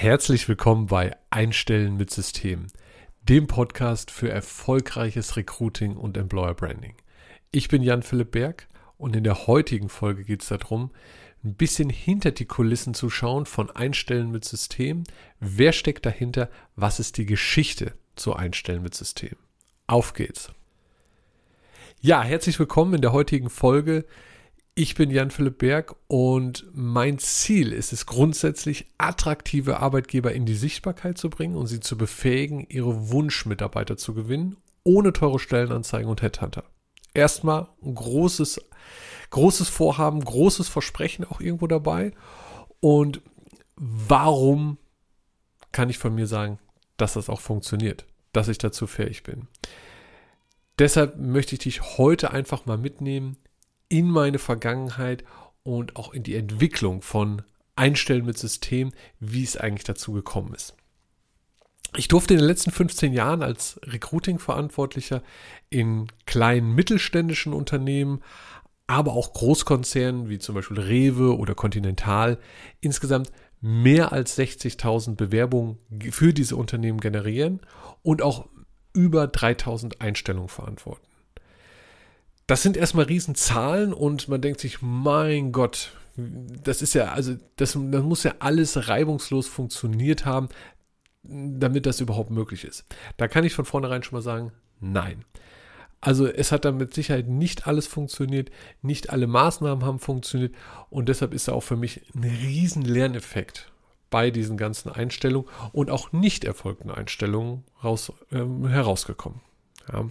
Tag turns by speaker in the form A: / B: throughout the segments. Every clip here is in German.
A: Herzlich willkommen bei Einstellen mit System, dem Podcast für erfolgreiches Recruiting und Employer Branding. Ich bin Jan-Philipp Berg und in der heutigen Folge geht es darum, ein bisschen hinter die Kulissen zu schauen von Einstellen mit System. Wer steckt dahinter? Was ist die Geschichte zu Einstellen mit System? Auf geht's! Ja, herzlich willkommen in der heutigen Folge. Ich bin Jan-Philipp Berg und mein Ziel ist es grundsätzlich, attraktive Arbeitgeber in die Sichtbarkeit zu bringen und sie zu befähigen, ihre Wunschmitarbeiter zu gewinnen, ohne teure Stellenanzeigen und Headhunter. Erstmal ein großes Vorhaben, großes Versprechen auch irgendwo dabei. Und warum kann ich von mir sagen, dass das auch funktioniert, dass ich dazu fähig bin? Deshalb möchte ich dich heute einfach mal mitnehmen in meine Vergangenheit und auch in die Entwicklung von Einstellen mit System, wie es eigentlich dazu gekommen ist. Ich durfte in den letzten 15 Jahren als Recruiting-Verantwortlicher in kleinen mittelständischen Unternehmen, aber auch Großkonzernen wie zum Beispiel Rewe oder Continental insgesamt mehr als 60.000 Bewerbungen für diese Unternehmen generieren und auch über 3.000 Einstellungen verantworten. Das sind erstmal Riesenzahlen und man denkt sich, mein Gott, das muss ja alles reibungslos funktioniert haben, damit das überhaupt möglich ist. Da kann ich von vornherein schon mal sagen, nein. Also es hat dann mit Sicherheit nicht alles funktioniert, nicht alle Maßnahmen haben funktioniert und deshalb ist da auch für mich ein riesen Lerneffekt bei diesen ganzen Einstellungen und auch nicht erfolgten Einstellungen herausgekommen. Ja.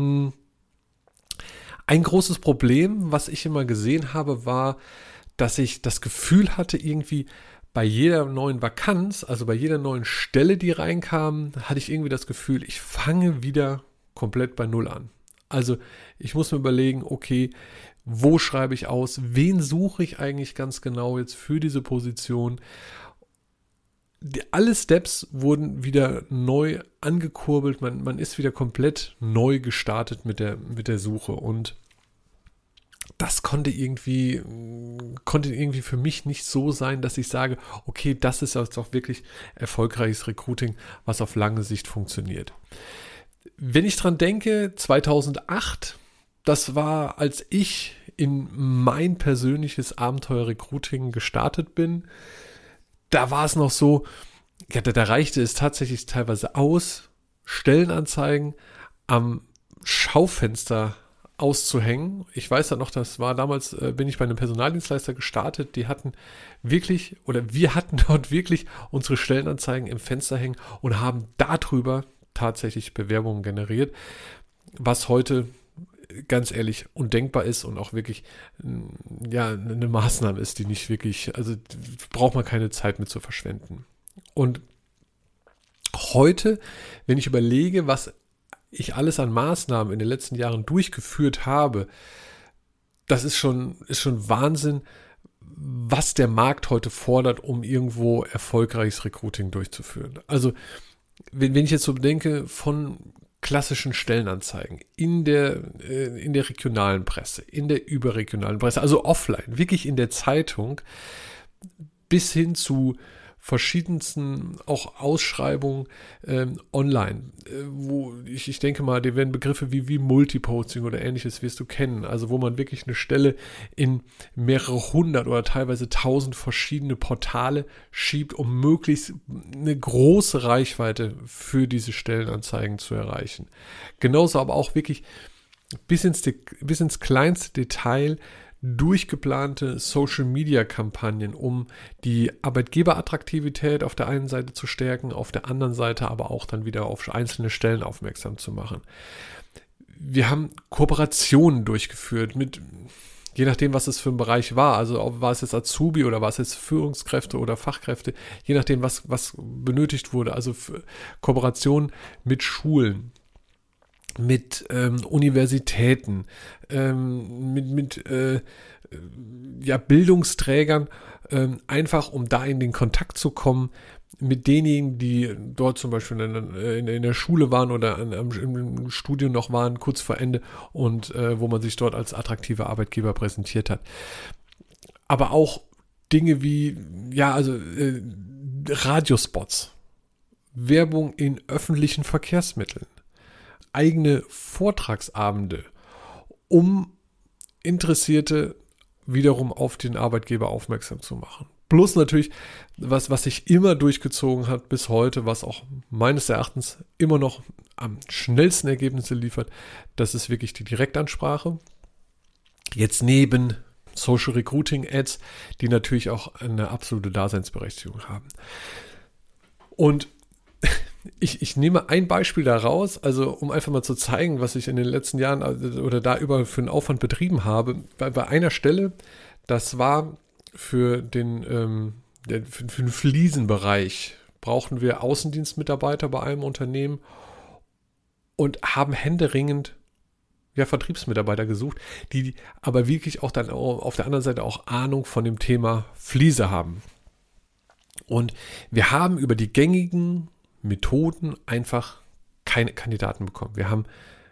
A: Ein großes Problem, was ich immer gesehen habe, war, dass ich das Gefühl hatte, irgendwie bei jeder neuen Vakanz, also bei jeder neuen Stelle, die reinkam, hatte ich irgendwie das Gefühl, ich fange wieder komplett bei Null an. Also ich muss mir überlegen, okay, wo schreibe ich aus, wen suche ich eigentlich ganz genau jetzt für diese Position? Alle Steps wurden wieder neu angekurbelt, man ist wieder komplett neu gestartet mit der Suche und das konnte irgendwie für mich nicht so sein, dass ich sage, okay, das ist jetzt auch wirklich erfolgreiches Recruiting, was auf lange Sicht funktioniert. Wenn ich dran denke, 2008, das war, als ich in mein persönliches Abenteuer Recruiting gestartet bin, da war es noch so, ja, da reichte es tatsächlich teilweise aus, Stellenanzeigen am Schaufenster auszuhängen. Ich weiß ja noch, das war damals, bin ich bei einem Personaldienstleister gestartet, wir hatten dort wirklich unsere Stellenanzeigen im Fenster hängen und haben darüber tatsächlich Bewerbungen generiert, was heute ganz ehrlich undenkbar ist und auch wirklich eine Maßnahme ist, die nicht wirklich, also braucht man keine Zeit mit zu verschwenden. Und heute, wenn ich überlege, was ich alles an Maßnahmen in den letzten Jahren durchgeführt habe, das ist schon Wahnsinn, was der Markt heute fordert, um irgendwo erfolgreiches Recruiting durchzuführen. Also wenn ich jetzt so denke, von klassischen Stellenanzeigen in der regionalen Presse, in der überregionalen Presse, also offline, wirklich in der Zeitung, bis hin zu verschiedensten auch Ausschreibungen online, wo ich denke mal, die werden Begriffe wie Multiposting oder ähnliches wirst du kennen, also wo man wirklich eine Stelle in mehrere hundert oder teilweise 1000 verschiedene Portale schiebt, um möglichst eine große Reichweite für diese Stellenanzeigen zu erreichen. Genauso aber auch wirklich bis ins kleinste Detail durchgeplante Social-Media-Kampagnen, um die Arbeitgeberattraktivität auf der einen Seite zu stärken, auf der anderen Seite aber auch dann wieder auf einzelne Stellen aufmerksam zu machen. Wir haben Kooperationen durchgeführt mit, je nachdem, was es für ein Bereich war, also war es jetzt Azubi oder war es jetzt Führungskräfte oder Fachkräfte, je nachdem, was benötigt wurde, also Kooperationen mit Schulen, mit Universitäten, mit Bildungsträgern, einfach um da in den Kontakt zu kommen mit denjenigen, die dort zum Beispiel in der Schule waren oder im Studium noch waren, kurz vor Ende und wo man sich dort als attraktiver Arbeitgeber präsentiert hat. Aber auch Dinge wie, Radiospots, Werbung in öffentlichen Verkehrsmitteln, eigene Vortragsabende, um Interessierte wiederum auf den Arbeitgeber aufmerksam zu machen. Plus natürlich, was sich immer durchgezogen hat bis heute, was auch meines Erachtens immer noch am schnellsten Ergebnisse liefert, das ist wirklich die Direktansprache. Jetzt neben Social Recruiting Ads, die natürlich auch eine absolute Daseinsberechtigung haben. Und ich nehme ein Beispiel daraus, also um einfach mal zu zeigen, was ich in den letzten Jahren oder da überall für einen Aufwand betrieben habe. Bei einer Stelle, das war für den Fliesenbereich, brauchten wir Außendienstmitarbeiter bei einem Unternehmen und haben händeringend Vertriebsmitarbeiter gesucht, die aber wirklich auch dann auf der anderen Seite auch Ahnung von dem Thema Fliese haben. Und wir haben über die gängigen Methoden einfach keine Kandidaten bekommen. Wir haben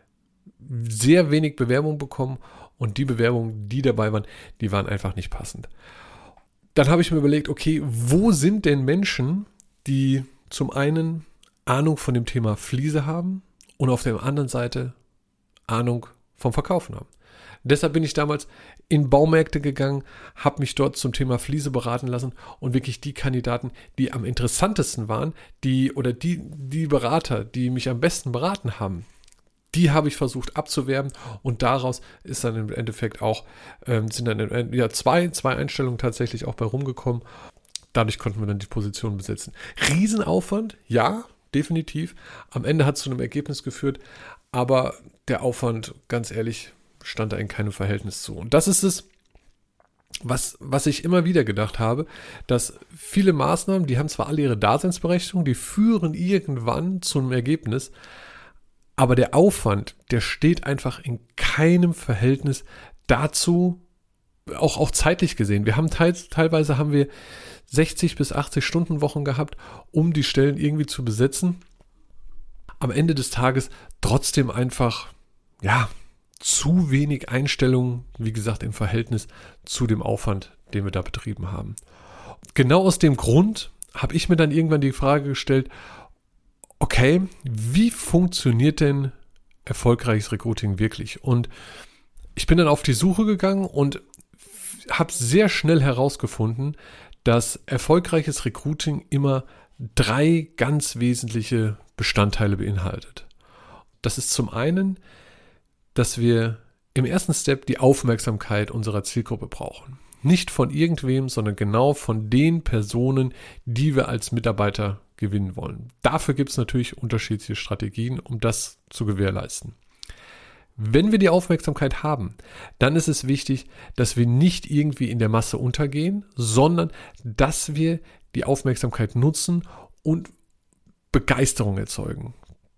A: sehr wenig Bewerbungen bekommen und die Bewerbungen, die dabei waren, die waren einfach nicht passend. Dann habe ich mir überlegt, okay, wo sind denn Menschen, die zum einen Ahnung von dem Thema Fliese haben und auf der anderen Seite Ahnung vom Verkaufen haben. Deshalb bin ich damals in Baumärkte gegangen, habe mich dort zum Thema Fliese beraten lassen und wirklich die Kandidaten, die am interessantesten waren, die Berater, die mich am besten beraten haben, die habe ich versucht abzuwerben und daraus ist dann im Endeffekt auch, sind dann zwei Einstellungen tatsächlich auch bei rumgekommen. Dadurch konnten wir dann die Position besetzen. Riesenaufwand, ja, definitiv. Am Ende hat es zu einem Ergebnis geführt, aber der Aufwand, ganz ehrlich, stand da in keinem Verhältnis zu. Und das ist es, was ich immer wieder gedacht habe, dass viele Maßnahmen, die haben zwar alle ihre Daseinsberechtigung, die führen irgendwann zu einem Ergebnis, aber der Aufwand, der steht einfach in keinem Verhältnis dazu, auch zeitlich gesehen. Wir haben teilweise haben wir 60 bis 80 Stunden Wochen gehabt, um die Stellen irgendwie zu besetzen. Am Ende des Tages trotzdem einfach, zu wenig Einstellungen, wie gesagt, im Verhältnis zu dem Aufwand, den wir da betrieben haben. Genau aus dem Grund habe ich mir dann irgendwann die Frage gestellt, okay, wie funktioniert denn erfolgreiches Recruiting wirklich? Und ich bin dann auf die Suche gegangen und habe sehr schnell herausgefunden, dass erfolgreiches Recruiting immer 3 ganz wesentliche Bestandteile beinhaltet. Das ist zum einen, dass wir im ersten Step die Aufmerksamkeit unserer Zielgruppe brauchen. Nicht von irgendwem, sondern genau von den Personen, die wir als Mitarbeiter gewinnen wollen. Dafür gibt es natürlich unterschiedliche Strategien, um das zu gewährleisten. Wenn wir die Aufmerksamkeit haben, dann ist es wichtig, dass wir nicht irgendwie in der Masse untergehen, sondern dass wir die Aufmerksamkeit nutzen und Begeisterung erzeugen.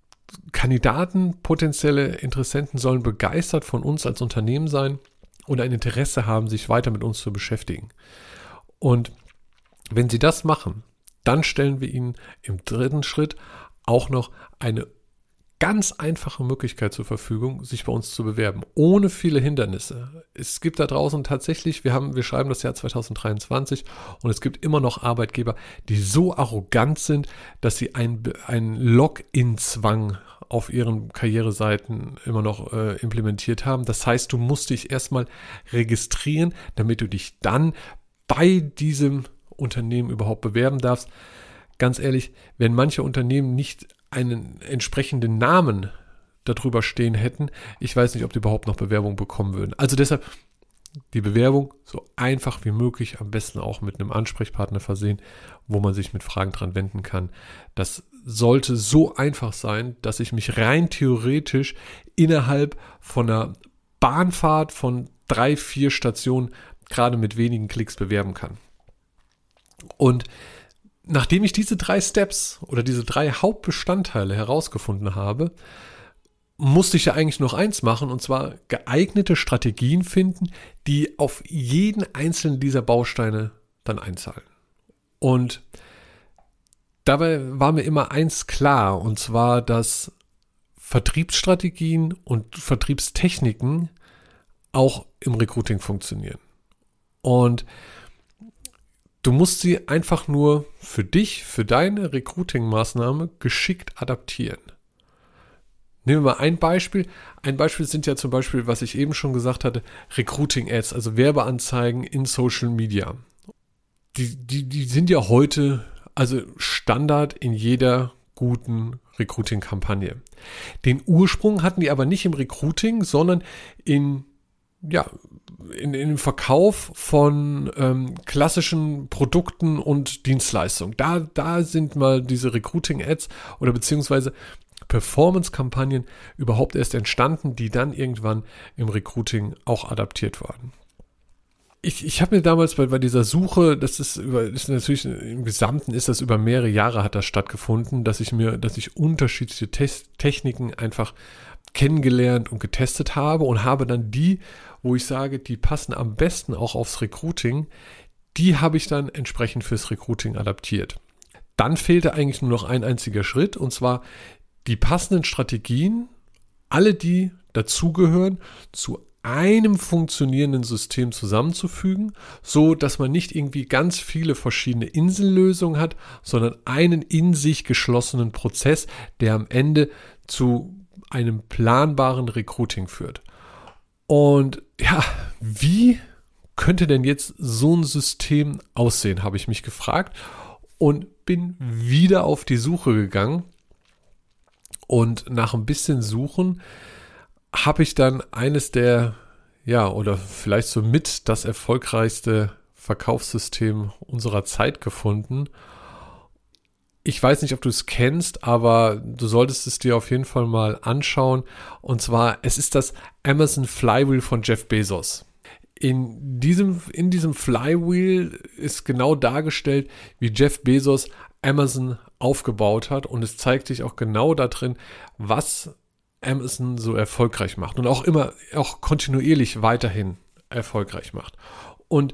A: Kandidaten, potenzielle Interessenten sollen begeistert von uns als Unternehmen sein und ein Interesse haben, sich weiter mit uns zu beschäftigen. Und wenn sie das machen, dann stellen wir ihnen im 3. Schritt auch noch eine ganz einfache Möglichkeit zur Verfügung, sich bei uns zu bewerben, ohne viele Hindernisse. Es gibt da draußen tatsächlich, wir schreiben das Jahr 2023 und es gibt immer noch Arbeitgeber, die so arrogant sind, dass sie einen Login-Zwang auf ihren Karriereseiten immer noch implementiert haben. Das heißt, du musst dich erstmal registrieren, damit du dich dann bei diesem Unternehmen überhaupt bewerben darfst. Ganz ehrlich, wenn manche Unternehmen nicht einen entsprechenden Namen darüber stehen hätten, ich weiß nicht, ob die überhaupt noch Bewerbung bekommen würden. Also deshalb die Bewerbung so einfach wie möglich, am besten auch mit einem Ansprechpartner versehen, wo man sich mit Fragen dran wenden kann. Das sollte so einfach sein, dass ich mich rein theoretisch innerhalb von einer Bahnfahrt von 3-4 Stationen gerade mit wenigen Klicks bewerben kann. Und nachdem ich diese 3 Steps oder diese 3 Hauptbestandteile herausgefunden habe, musste ich ja eigentlich noch eins machen, und zwar geeignete Strategien finden, die auf jeden einzelnen dieser Bausteine dann einzahlen. Und dabei war mir immer eins klar, und zwar, dass Vertriebsstrategien und Vertriebstechniken auch im Recruiting funktionieren. Und Du musst sie einfach nur für dich, für deine Recruiting-Maßnahme geschickt adaptieren. Nehmen wir mal ein Beispiel. Ein Beispiel sind ja zum Beispiel, was ich eben schon gesagt hatte, Recruiting-Ads, also Werbeanzeigen in Social Media. Die sind ja heute also Standard in jeder guten Recruiting-Kampagne. Den Ursprung hatten die aber nicht im Recruiting, sondern in Verkauf von klassischen Produkten und Dienstleistungen. Da sind mal diese Recruiting-Ads oder beziehungsweise Performance-Kampagnen überhaupt erst entstanden, die dann irgendwann im Recruiting auch adaptiert waren. Ich habe mir damals bei dieser Suche, das ist natürlich im Gesamten ist das über mehrere Jahre hat das stattgefunden, dass ich unterschiedliche Techniken einfach kennengelernt und getestet habe und habe dann die, wo ich sage, die passen am besten auch aufs Recruiting, die habe ich dann entsprechend fürs Recruiting adaptiert. Dann fehlte eigentlich nur noch ein einziger Schritt, und zwar die passenden Strategien, alle die dazugehören, zu einem funktionierenden System zusammenzufügen, so dass man nicht irgendwie ganz viele verschiedene Insellösungen hat, sondern einen in sich geschlossenen Prozess, der am Ende zu einem planbaren Recruiting führt. Und ja, wie könnte denn jetzt so ein System aussehen, habe ich mich gefragt und bin wieder auf die Suche gegangen. Und nach ein bisschen Suchen habe ich dann eines der, oder vielleicht so mit das erfolgreichste Verkaufssystem unserer Zeit gefunden. Ich weiß nicht, ob du es kennst, aber du solltest es dir auf jeden Fall mal anschauen. Und zwar, es ist das Amazon Flywheel von Jeff Bezos. In diesem Flywheel ist genau dargestellt, wie Jeff Bezos Amazon aufgebaut hat, und es zeigt sich auch genau da drin, was Amazon so erfolgreich macht und auch kontinuierlich weiterhin erfolgreich macht. Und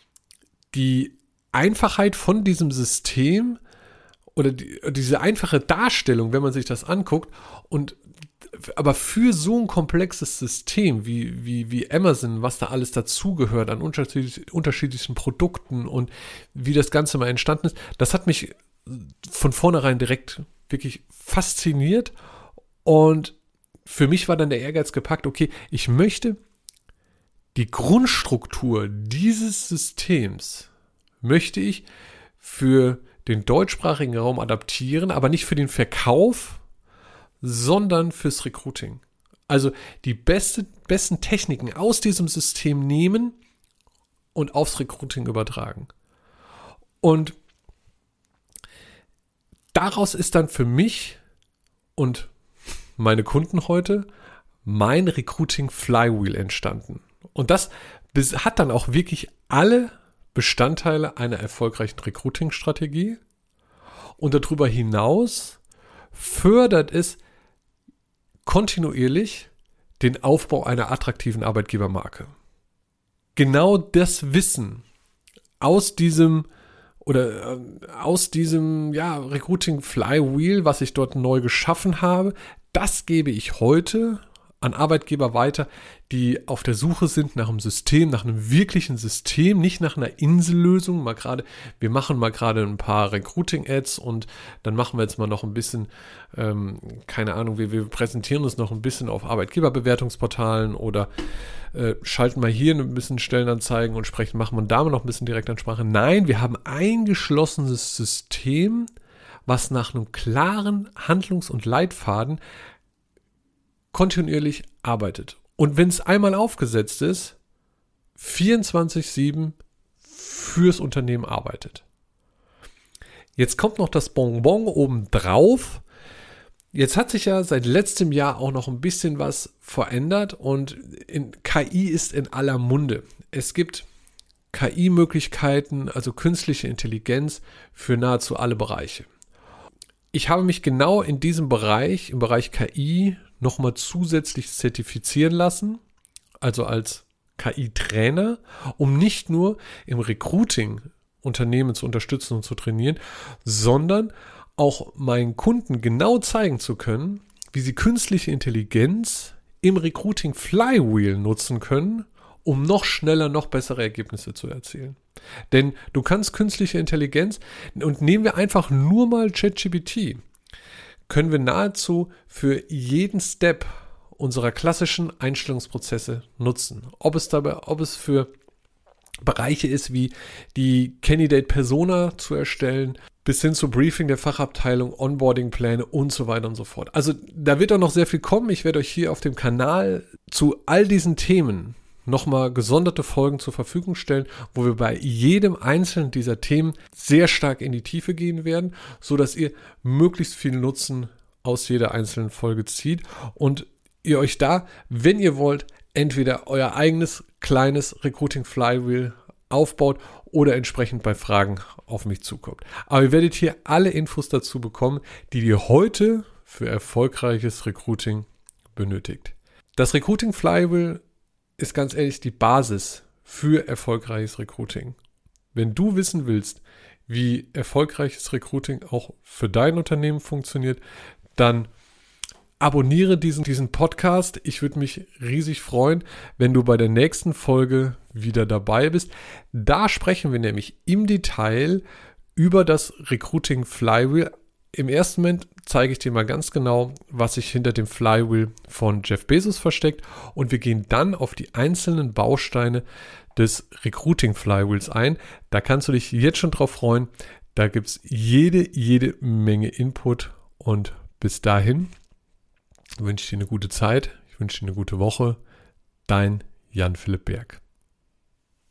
A: die Einfachheit von diesem System oder diese einfache Darstellung, wenn man sich das anguckt, aber für so ein komplexes System wie Amazon, was da alles dazugehört an unterschiedlichen Produkten und wie das Ganze mal entstanden ist, das hat mich von vornherein direkt wirklich fasziniert, und für mich war dann der Ehrgeiz gepackt, okay, ich möchte die Grundstruktur dieses Systems möchte ich für den deutschsprachigen Raum adaptieren, aber nicht für den Verkauf, sondern fürs Recruiting. Also die besten Techniken aus diesem System nehmen und aufs Recruiting übertragen. Und daraus ist dann für mich und meine Kunden heute mein Recruiting Flywheel entstanden. Und das hat dann auch wirklich alle Bestandteile einer erfolgreichen Recruiting-Strategie, und darüber hinaus fördert es kontinuierlich den Aufbau einer attraktiven Arbeitgebermarke. Genau das Wissen aus diesem Recruiting Flywheel, was ich dort neu geschaffen habe, das gebe ich heute an Arbeitgeber weiter, die auf der Suche sind nach einem System, nach einem wirklichen System, nicht nach einer Insellösung. Wir machen mal gerade ein paar Recruiting-Ads und dann machen wir jetzt mal noch ein bisschen, keine Ahnung, wir präsentieren uns noch ein bisschen auf Arbeitgeberbewertungsportalen oder schalten mal hier ein bisschen Stellenanzeigen und machen wir da mal noch ein bisschen Direktansprache. Nein, wir haben ein geschlossenes System, was nach einem klaren Handlungs- und Leitfaden kontinuierlich arbeitet. Und wenn es einmal aufgesetzt ist, 24/7 fürs Unternehmen arbeitet. Jetzt kommt noch das Bonbon obendrauf. Jetzt hat sich ja seit letztem Jahr auch noch ein bisschen was verändert, und KI ist in aller Munde. Es gibt KI-Möglichkeiten, also künstliche Intelligenz, für nahezu alle Bereiche. Ich habe mich genau in diesem Bereich, im Bereich KI, nochmal zusätzlich zertifizieren lassen, also als KI-Trainer, um nicht nur im Recruiting Unternehmen zu unterstützen und zu trainieren, sondern auch meinen Kunden genau zeigen zu können, wie sie künstliche Intelligenz im Recruiting Flywheel nutzen können, um noch schneller, noch bessere Ergebnisse zu erzielen. Denn du kannst künstliche Intelligenz, und nehmen wir einfach nur mal ChatGPT, können wir nahezu für jeden Step unserer klassischen Einstellungsprozesse nutzen. Ob es für Bereiche ist, wie die Candidate Persona zu erstellen, bis hin zu Briefing der Fachabteilung, Onboarding-Pläne und so weiter und so fort. Also da wird auch noch sehr viel kommen. Ich werde euch hier auf dem Kanal zu all diesen Themen nochmal gesonderte Folgen zur Verfügung stellen, wo wir bei jedem einzelnen dieser Themen sehr stark in die Tiefe gehen werden, sodass ihr möglichst viel Nutzen aus jeder einzelnen Folge zieht und ihr euch da, wenn ihr wollt, entweder euer eigenes kleines Recruiting Flywheel aufbaut oder entsprechend bei Fragen auf mich zukommt. Aber ihr werdet hier alle Infos dazu bekommen, die ihr heute für erfolgreiches Recruiting benötigt. Das Recruiting Flywheel ist ganz ehrlich die Basis für erfolgreiches Recruiting. Wenn du wissen willst, wie erfolgreiches Recruiting auch für dein Unternehmen funktioniert, dann abonniere diesen Podcast. Ich würde mich riesig freuen, wenn du bei der nächsten Folge wieder dabei bist. Da sprechen wir nämlich im Detail über das Recruiting Flywheel. Im ersten Moment zeige ich dir mal ganz genau, was sich hinter dem Flywheel von Jeff Bezos versteckt, und wir gehen dann auf die einzelnen Bausteine des Recruiting Flywheels ein. Da kannst du dich jetzt schon drauf freuen. Da gibt es jede Menge Input, und bis dahin wünsche ich dir eine gute Zeit, ich wünsche dir eine gute Woche. Dein Jan-Philipp Berg.